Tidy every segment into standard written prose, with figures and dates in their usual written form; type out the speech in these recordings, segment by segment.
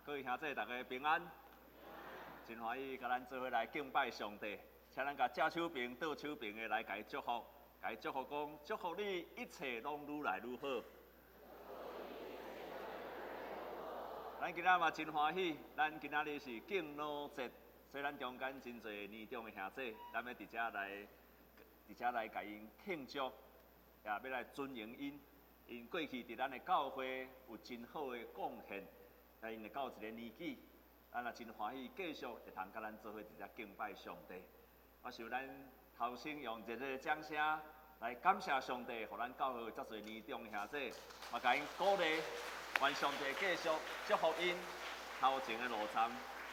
各位兄弟，大家平安，真欢喜，甲咱做伙来敬拜上帝，请咱甲正手边、倒手边的来甲伊祝福，甲伊祝福讲，祝福你一切拢愈来愈好。咱今仔嘛真欢喜，咱今仔日是敬老节，所以咱中间真侪年长的兄弟，咱要伫遮来甲因庆祝，也要来尊迎因。因过去伫咱的教会有真好的贡献，但因会到一个年纪，咱也真欢喜，继续会通甲咱做伙伫遮敬拜上帝。我想咱头先用热烈的掌声来感谢上帝，互咱教会遮侪年长的兄弟，嘛甲因鼓励，愿上帝继续祝福因头前的路程。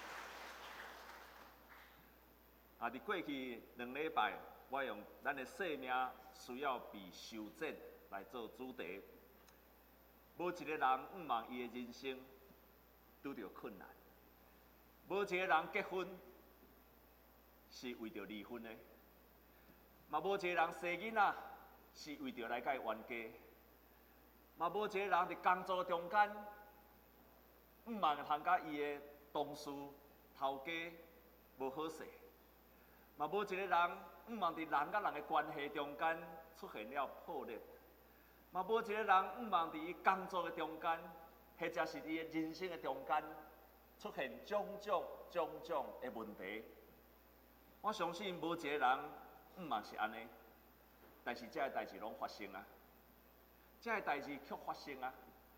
伫过去2礼拜，我用咱的生命需要被修整来做主题。无一个人毋望伊的人生拄着困难，无一个人结婚是为着离婚的，嘛无一个人生囡仔是为着来甲伊冤家，嘛无一个人伫工作中间毋望通甲伊的同事、头家无好势，嘛无一个人毋望伫人甲人的关系中间出现了破裂。嘛，无一个人毋望伫伊工作的中间，或者是伊的人生的中间，出现种种的问题。我相信无一个人毋望是安尼，但是这个代志拢发生啊，这个代志却发生啊，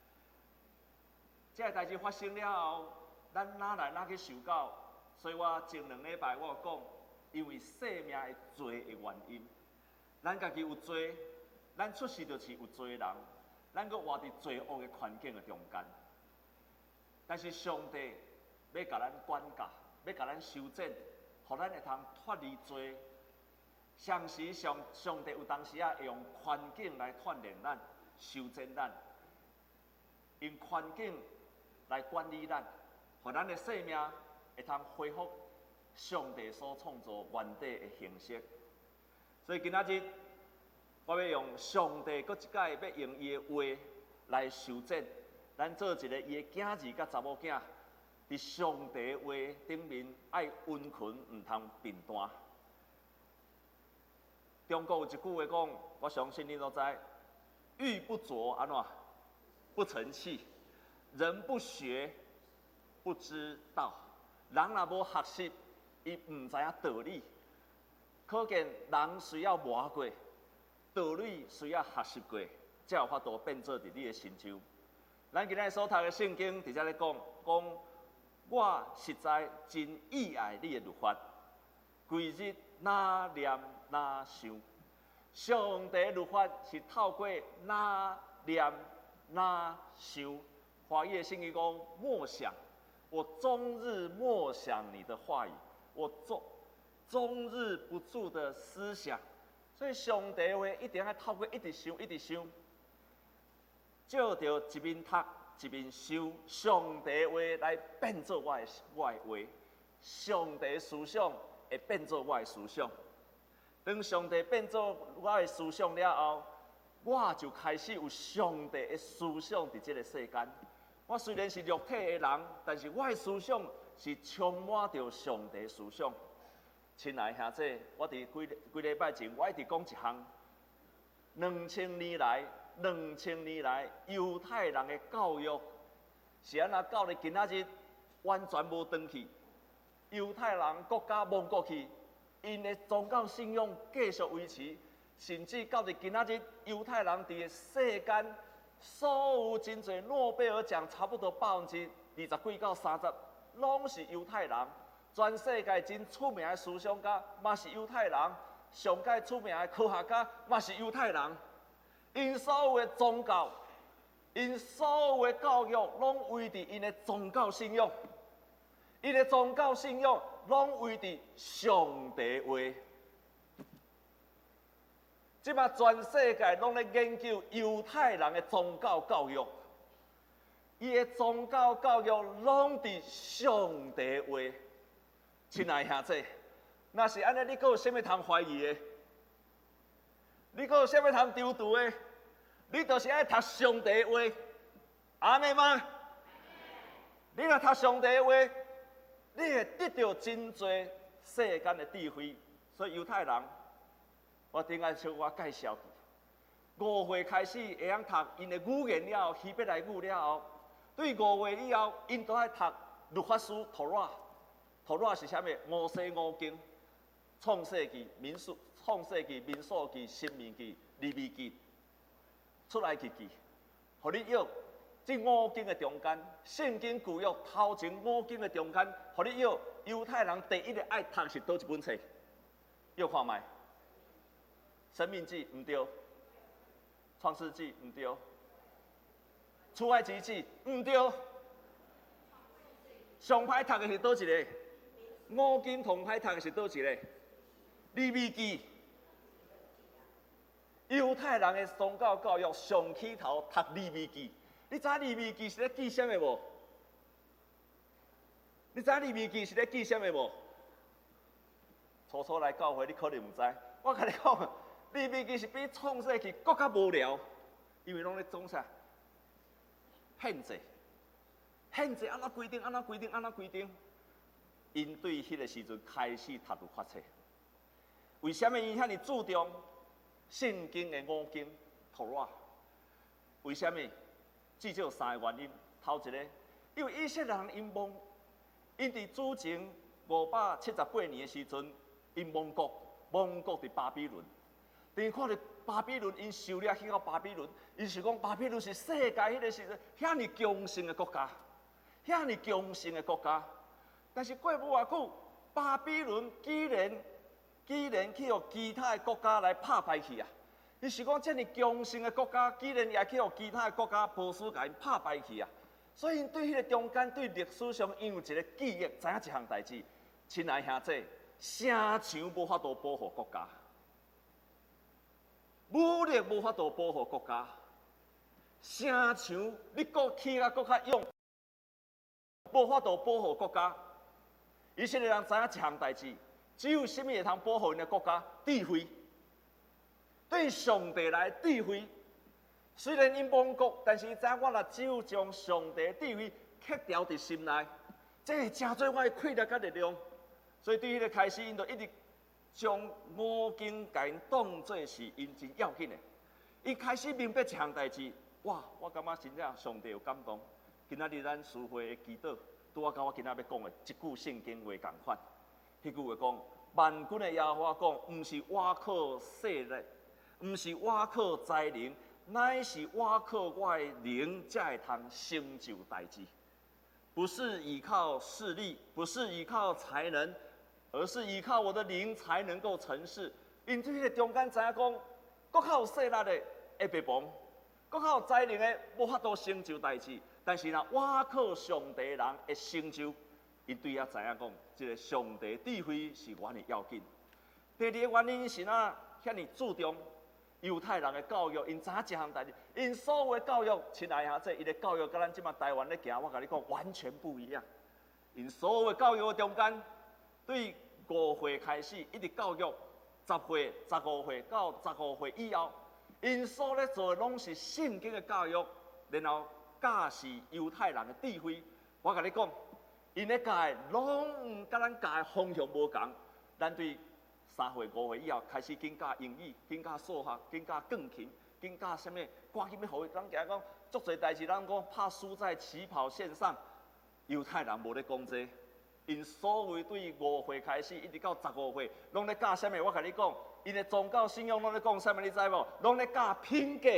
这个代志发生了后，咱哪来哪去受到？所以我前2礼拜我有讲，因为生命的罪的原因，咱家己有罪。咱出世就是有罪人，咱阁活伫罪恶的环境的中间。但是上帝要甲咱管教，要甲咱修正，互咱会通脱离罪。上帝有当时会用环境来锻炼咱、修正咱，用环境来管理咱，互咱的生命会通恢复上帝所创造原底的形式。所以今仔日，我要用上帝搁一届要用伊的话来修正，咱做一个伊的囝儿甲查某囝，伫上帝的话顶面爱温驯，毋通变单。中国有一句话讲，我相信你都知：玉不琢安怎不成器，人不学不知道。人若无学习，伊毋知影道理。可见人需要磨过。道理需要学习过，才有法度变做伫你的身上。咱今日所读的圣经，伫遮咧讲，我实在真意爱你的律法，规日哪念哪想。上帝的律法是透过哪念哪想。华语的圣经讲，默想，我终日默想你的话语，我终日不住的思想。所以上帝的话一定要透过一直想，照着一面读一面想，上帝的话来变做我的话，上帝的思想会变做我的思想。当上帝变做我的思想了后，我就开始有上帝的思想伫这个世间。我虽然是肉体的人，但是我的思想是充满着上帝的思想。亲爱兄弟，我伫几礼拜前，我一直讲一项，2000年来犹太人的教育是安怎到咧今仔日完全无转去，犹太人国家亡国去，因的宗教信仰继续维持，甚至到咧今仔日，犹太人伫世间所有真侪诺贝尔奖差不多20%几到30%，拢是犹太人。全世界真出名的思想家，嘛是犹太人；上界出名的科学家，嘛是犹太人。因所有的宗教，因所有的教育，拢为伫因的宗教信仰。因的宗教信仰，拢为伫上帝话。即马全世界拢咧研究犹太人的宗教教育，伊的宗教教育拢伫上帝话。亲爱兄弟，若是安尼，你阁有啥物通怀疑的？你阁有啥物通丢除的？你就是爱读上帝的话，安尼吗？ 你若读上帝的话，你会得到真多世间的智慧。所以犹太人，我顶下小可介绍5岁开始会晓读因的语言了后，希伯来语了后，对5岁以后，因都爱读律法书陀拉。陀拉是啥物？摩西五经、创世纪、民数记、申命记、利未记、出埃及记，互你约这5经的中间，圣经旧约头前5经的中间，互你约犹太人第一个爱读是倒一本册？约看卖，生命记唔对，创世纪唔对，出埃及记唔对，上歹读的是倒一个？5经同歹读的是倒一个？利未记。犹太人的宗教教育上起头读利未记，你知利未记是咧记啥物无？你知利未记是咧记啥物无？初来教会，你可能唔知。我甲你讲，利未记是比创世纪更加无聊，因为拢咧讲啥？宪制，安怎规定，因对迄个时阵开始读律法册。为什么因遐尼注重圣经的5经陀拉？为什么？至少3个原因。头一个，因为以色列人因伫主前578年的时阵，因亡国伫巴比伦。等看到巴比伦，因受了去到巴比伦，因是讲巴比伦是世界迄个时阵遐尼强盛的国家，但是过无偌久，巴比伦居然去互其他的国家来拍败去啊！伊是讲，遮尔强盛的国家，居然也去互其他的国家波斯甲因拍败去啊！所以，因对迄个中间，对历史上因有一个记忆，知影一项代志，亲爱兄弟，城墙无法度保护国家，武力无法度保护国家，城墙你搁起啊搁较勇，无法度保护国家。以色列人知影一项代志。只有什么会通保护因的国家？智慧，对上帝来的智慧。虽然因亡国，但是伊知影我若只有将上帝的智慧刻条伫心内，这会真做我的气力甲力量。所以对迄个开始，因就一直将5经甲因当作是因真要紧的。伊开始明白一项代志，哇！我感觉真正上帝有感动。今仔日咱聚会的祈祷，拄我甲我今仔要讲的一句圣经话共款。迄句话讲，万军的耶和华讲，毋是我靠势力，毋是我靠才能，乃是我靠我的灵，才会通成就代志。不是依靠势力，不是依靠才能，而是依靠我的灵才能够成事。因对迄个中间知影讲，搁较有势力的会灭亡，搁较有才能的无法度成就代志。但是若我靠上帝的人会成就。因对遐知影讲，这个上帝智慧是原的要紧。第二个原因是哪遐尼注重犹太人的教育，因知影一项代志，因所有的教育，亲爱兄弟，伊的教育甲咱即马台湾咧行，我甲你讲完全不一样。因所有的教育的中间，对5岁开始，一直教育10岁、15岁到15岁以后，因所咧做的拢是圣经的教育，然后教示犹太人的智慧。我甲你讲。因咧教的拢甲咱教的方向无同，咱对3岁、5岁以后开始紧教英语、紧教数学、紧教钢琴、紧教什么，赶紧要互伊。咱今讲足侪代志，咱讲怕输在起跑线上。犹太人无咧讲这，因所有对5岁开始一直到15岁，拢咧教什么？我甲你讲，因的宗教信仰拢咧讲什么？你知无？拢咧教品格。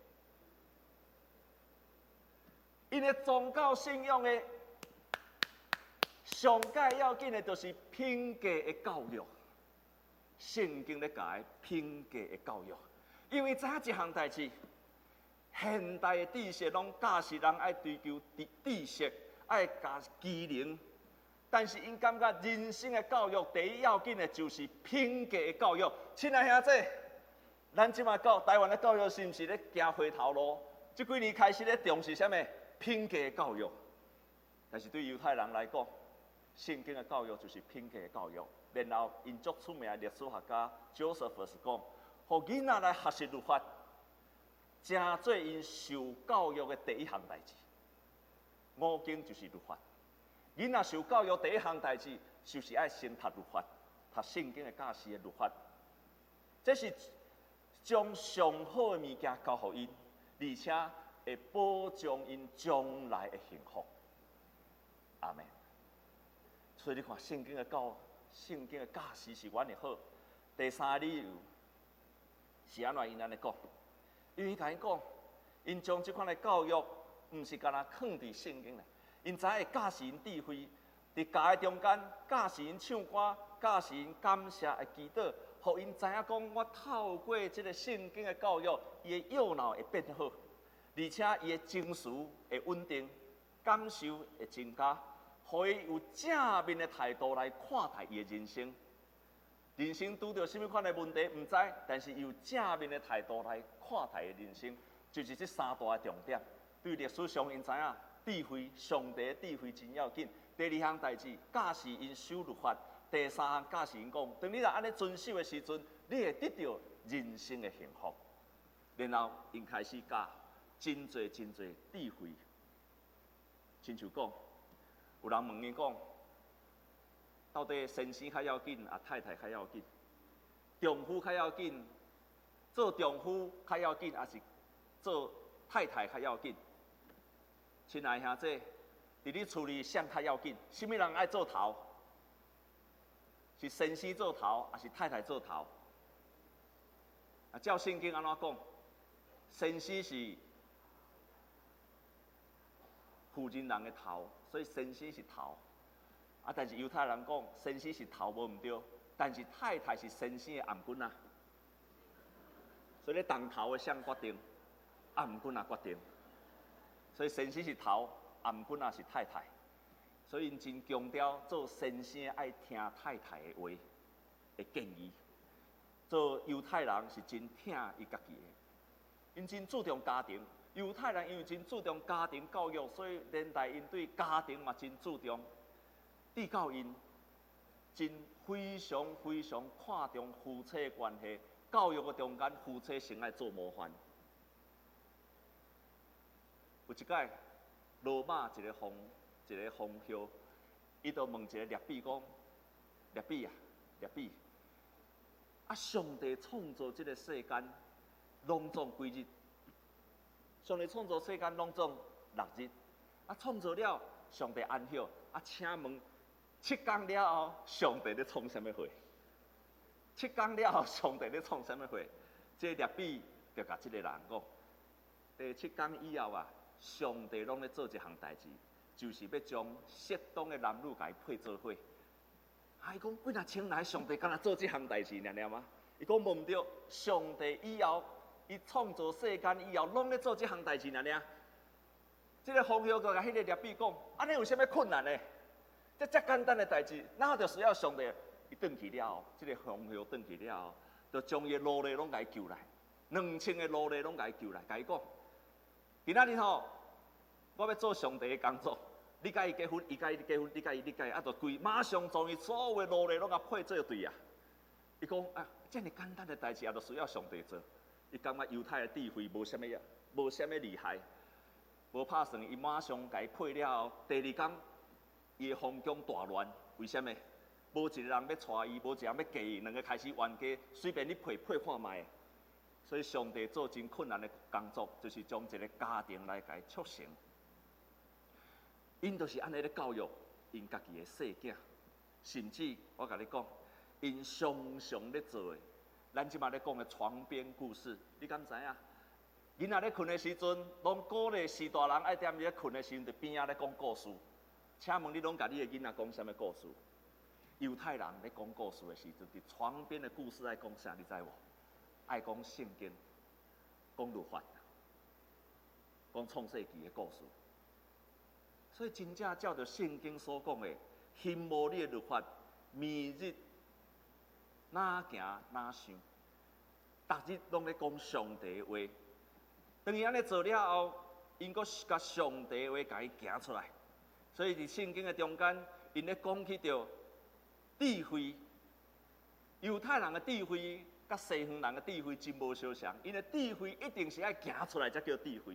因的宗教信仰的。上界要紧的，就是品格的教育。圣经咧教的品格的教育，因为知影一项代志，现代的知识拢教示人爱追求知识，爱加技能，但是因感觉人生的教育第一要紧的，就是品格的教育。亲爱兄弟，咱即马台湾的教育是毋是咧行回头路？这几年开始咧重视什么？品格的教育。但是对犹太人来讲，圣经的教育就是品格的教育，然后因足出名的历史学家 Josephus 讲，互囡仔来学习律法，真做因受教育的第一项代志。 五经就是律法。囡仔受教育第一项代志，就是爱先读律法，读圣经的教示的律法。这是将上好的物件交予因，而且会保障因将来的幸福。阿门。所以你看，圣经的教示是阮的好。第三个理由是安怎？因安尼讲，因为甲因讲，因将这款的教育，毋是干那藏伫圣经咧，因知影教示因智慧，伫教的中间教示因唱歌，教示因感谢的祈祷，互因知影讲，我透过这个圣经的教育，伊的右脑会变好，而且伊的情绪会稳定，感受会增加。互伊有正面的态度来看待伊的人生，人生拄到什么款的问题唔知，但是有正面的态度来看待伊的人生，就是这三大的重点。对历史上因知影智慧，上帝的智慧真要紧。第二项代志，教示因守律法；第三项教示因讲，当你若安尼遵守的时阵，你会得到人生的幸福。然后因开始教真侪智慧，亲像讲。有人问伊讲，到底先生较要紧，太太较要紧？丈夫较要紧，做丈夫较要紧，还是做太太较要紧？亲爱兄弟，伫你处理谁较要紧？什么人爱做头？是先生做头，还是太太做头？照圣经安怎讲？先生是负责人的头。所以先生是头，但是犹太人讲先生是头无毋对，但是太太是先生的颔棍啊。所以咧当头的谁决定？颔棍决定。所以先生是头，颔棍是太太。所以因真强调做先生爱听太太的话的建议。做犹太人是真听伊家己的，因真注重家庭。犹太人因为真注重家庭教育，所以连带因对家庭嘛真注重。地教因真非常看重夫妻的关系，教育的中间，夫妻先爱做模范。有一届，罗马一个皇后，伊就问一个列比讲：列比，上帝创造这个世间，拢总几日？上帝创造世间拢总6日，创造了上帝安歇，请问7天了后，上帝咧创什么货？7天了后，上帝咧创什么货？这列比就甲这个人讲：第7天以后上帝拢咧做一项代志，就是要将适当的男女甲伊配做伙。伊讲几若千来，上帝敢若做这项代志尔吗？伊讲无毋对，上帝以后。伊创造世间以后，拢咧做这项代志尔。这个皇后就甲迄个列比讲：安尼有啥物困难呢？这简单的代志，哪就需要上帝？伊转去了后，这个皇后转去了后，就将伊奴隶拢甲伊救来，2000个奴隶拢甲伊救来，甲伊讲：今仔日吼，我要做上帝的工作。你甲伊结婚，伊甲伊结婚，你甲伊，就马上将伊所有的奴隶拢甲配做对啊！伊讲这么简单的代志，也就需要上帝做。伊感觉犹太的智慧无啥物厉害，无拍算，伊马上甲伊配了后，第2天，伊的皇宫大乱，为什么？无一个人要带伊，无一个人要嫁伊，两个开始冤家，随便你配看卖。所以上帝做真困难的工作，就是将一个家庭来甲伊促成。因就是安尼咧教育因家己的细囝，甚至我甲你讲，因常咧做的。咱即马咧讲的床边故事，你敢知影？囡仔咧困的时阵，拢鼓励士大人爱踮咧困的时阵，伫边仔咧讲故事。请问你拢甲你的囡仔讲啥物故事？犹太人咧讲故事的时阵，伫床边的故事爱讲啥？你知无？爱讲圣经，讲律法，讲创世纪的故事。所以真正照着圣经所讲的，行无你的律法，明日。哪行哪想，逐日拢咧讲上帝的话。当伊安尼做了后，因阁甲上帝的话甲伊行出来。所以伫圣经的中间，因咧讲起着智慧。犹太人的智慧甲西方人的智慧真无相像，因的智慧一定是爱行出来才叫智慧。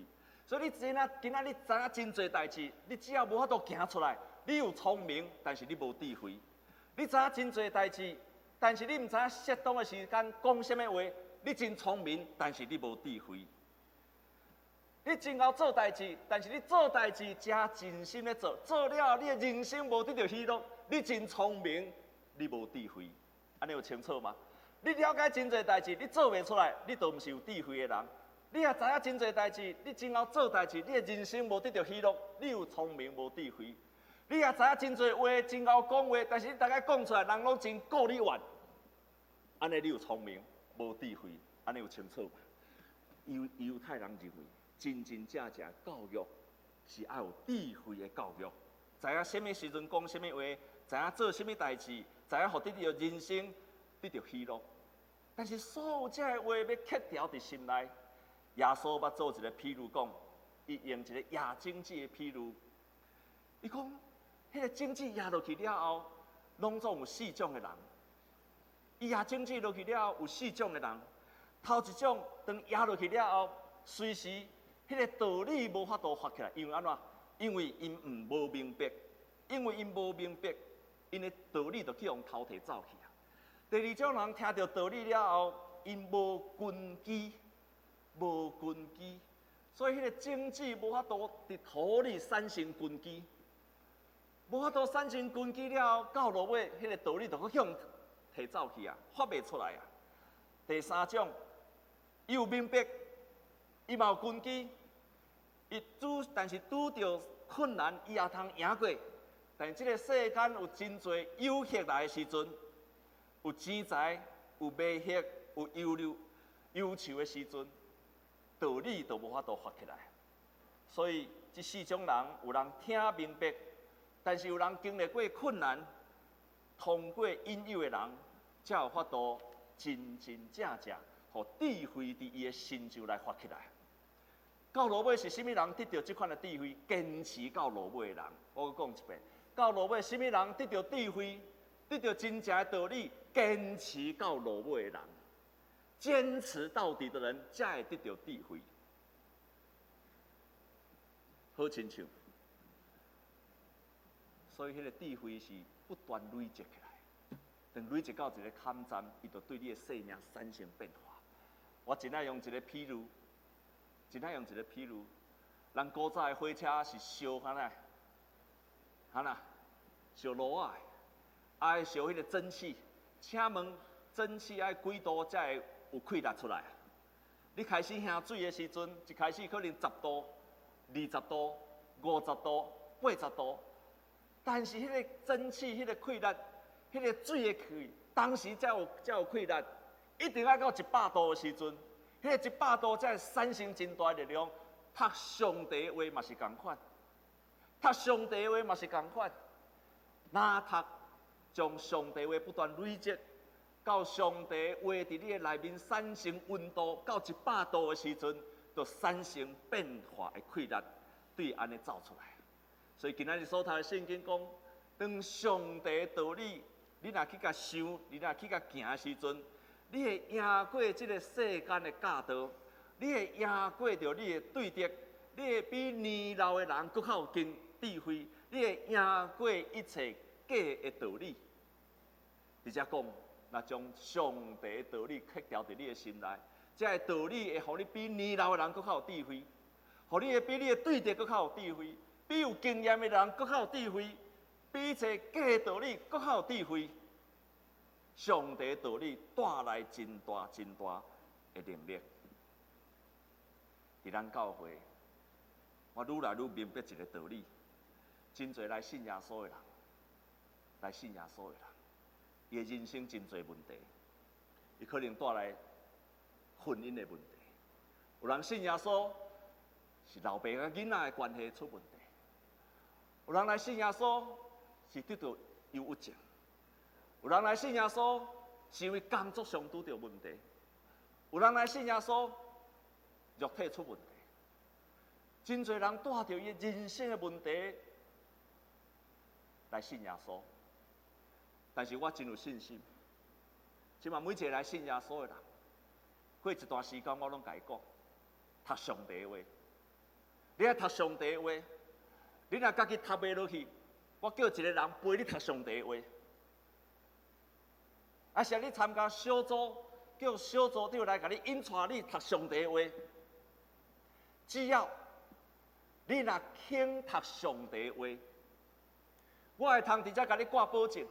所以你今仔你知影真侪代志，你只要无法度行出来，你有聪明，但是你无智慧。你知影真侪代志，但是你唔知影适当的时间讲什么话。你真聪明，但是你无智慧。你真会做代志，但是你做代志真真心的做，做了你的人生无得到喜乐。你真聪明，你无智慧，安尼有清楚吗？你了解真侪代志，你做袂出来，你都唔是有智慧的人。你也知影真侪代志，你真会做代志，你的人生无得到喜乐。你有聪明无智慧。你也知影真侪话，真会讲话，但是你大概讲出来，人拢真顾你怨。安尼你有聪明无智慧，安尼有清楚吗？犹太人认为。真正教育是要有智慧的教育，知影什么时阵讲什么话，知影做什么代志，知影互得到人生得到喜乐。但是所有这些话要刻条伫心内。耶稣捌做一个譬如讲，伊用一个压经济的譬如，伊讲，迄个经济压落去了后，拢总有4种的人。伊压经济落去了后，有4种的人。头一种，当压落去了后，随时。迄个道理无法度发起来，因为安怎？因为因无明白，因为因无明白，因的道理就去用偷摕走去啊。第二种人听到道理了后，因无根基，无根基，所以迄个经济无法度伫土里产生根基，无法度产生根基了后，到落尾迄个道理就去用摕走去啊，发袂出来啊。第三种，伊有明白。伊嘛有根基，但是拄着困难，伊也通赢过。但是这个世间有真侪有血来的时阵，有钱财，有美血，有忧愁的时阵，道理都无法度发起来。所以这4种人，有人听明白，但是有人经历过困难，通过引诱的人，才有法度真正，互智慧伫伊的心就来发起来。到落尾是甚物人得到这款的智慧？坚持到落尾的人，我讲一遍。到落尾，甚物人得到智慧，得到真正的道理？坚持到落尾的人，坚持到底的人，才会得到智慧。好亲像，所以迄个智慧是不断累积起来，等累积到一个坎站，伊就对你的生命产生变化。我真爱用一个譬如。人古早的火车是烧烧炉啊，爱烧迄个蒸汽。请问蒸汽爱几度才会有气力出来？你开始下水的时阵，一开始可能10度、20度、50度、80度，但是迄个蒸汽、迄个气力、迄个水的气，当时才有气力，一定要到100度的时阵。迄个100度才会产生真大力量，读上帝的话嘛是同款，读上帝的话嘛是同款。哪读将上帝话不断累积，到上帝话伫你的内面产生温度，到100度的时阵，就产生变化的气力，对安尼走出来。所以今仔日所读的圣经讲，当上帝的道理，你若去甲想，你若去甲行的时阵。你会赢过这个世间的教导，你会赢过着你的对敌，你会比年老的人更较有智慧，你会赢过一切假的道理。而且讲，若将上帝的道理刻条伫你的心内，这个道理会互你比年老的人更较有智慧，互你会比你的对敌更较有智慧，比有经验的人更较有智慧，比一切假的道理更较有智慧。上帝的道理带来真大的能力。伫咱教会，我愈来愈明白一个道理：真侪来信耶稣的人，伊的人生真侪问题，伊可能带来婚姻的问题。有人信耶稣，是老爸甲囡仔的关系出问题；有人来信耶稣，是得到忧郁症。有人来信耶稣，是因为工作上拄到问题；有人来信耶稣，肉体出问题。真侪人带着伊人生的问题来信耶稣，但是我真有信心，即嘛每一个来信耶稣的人，过一段时间我拢甲伊讲，读上帝的话， 你爱读上帝的话，你若家己读袂落去，我叫一个人陪你读上帝的话。还是你参加小组，叫小组长来甲你引带你读上帝的话。只要你若肯读上帝的话，我会通直接甲你挂保证，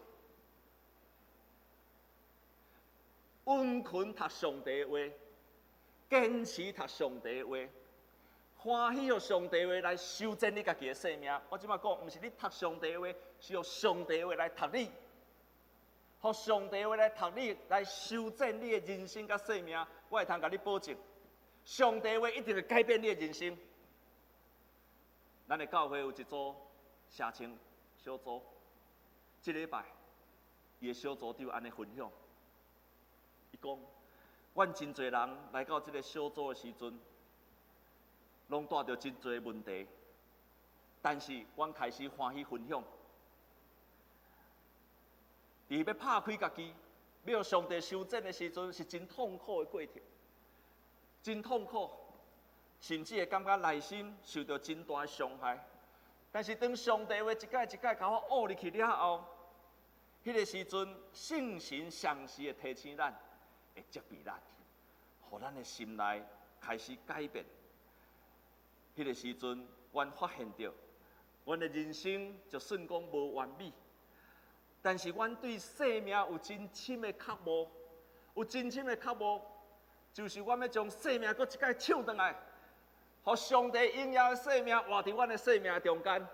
温存读上帝的话，坚持读上帝的话，欢喜用上帝的话来修正你家己的生命。我即摆讲，毋是你读上帝的话，是用上帝的话来读你，互上帝的话来读你，来修正你的人生甲生命。我会通甲你保证，上帝的话一定会改变你的人生。咱的教会有一组社青小组，这礼拜伊的小组长安尼分享，伊讲，阮真侪人来到这个小组的时阵，拢带着真侪问题，但是阮开始欢喜分享，伫要拍开家己，要有上帝修正的时阵，是真痛苦的过程，真痛苦。甚至会感觉内心受到真大的伤害，但是当上帝话一届一届甲我学入去了后，迄个时阵圣神详细的提醒咱，会责备咱，互咱的心内开始改变。迄个时阵，阮发现到，阮的人生就算讲无完美，但是阮对生命有真深的渴慕，有真深的渴慕，就是阮要将生命搁一届抢回来。互上帝荣耀的生命活伫阮的生命中间，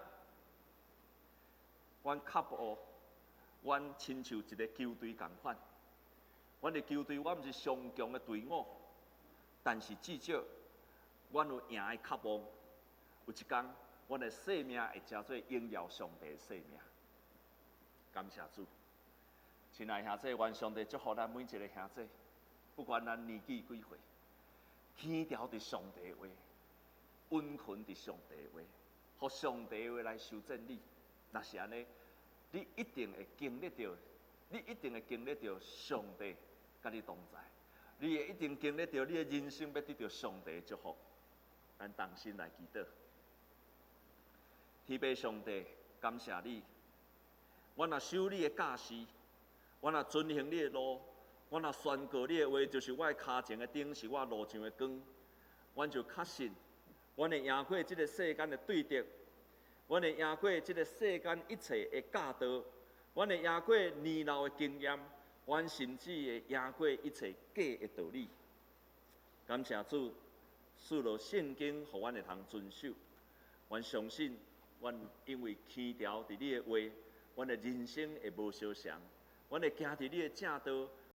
阮渴慕，阮亲像一个球队共款。阮的球队，我毋是上强的队伍，但是至少，阮有赢的渴望。有一天，阮的生命会成做荣耀上帝的生命。感谢主，亲爱兄弟，愿上帝祝福咱每一个兄弟，不管咱年纪几岁，天条伫上帝的话。温存伫上帝的话，互上帝的话来修正你。若是安尼，你一定会经历到，上帝甲你同在，你会一定经历到你的人生要得到上帝的祝福。咱同心来祈祷，天父上帝，感谢你，我若守你的教示，我若遵行你的路，我若宣告你的话，就是我的脚前的灯，是我路上的光，阮就确信。阮会赢过这个世间的对敌，阮会赢过这个世间一切的教导，阮会赢过年老的经验，阮甚至会赢过一切假的道理。感谢主，赐了圣经，互阮会通遵守。阮相信，阮因为牵条伫你的话，阮的人生会无相像。阮会行伫你的正道，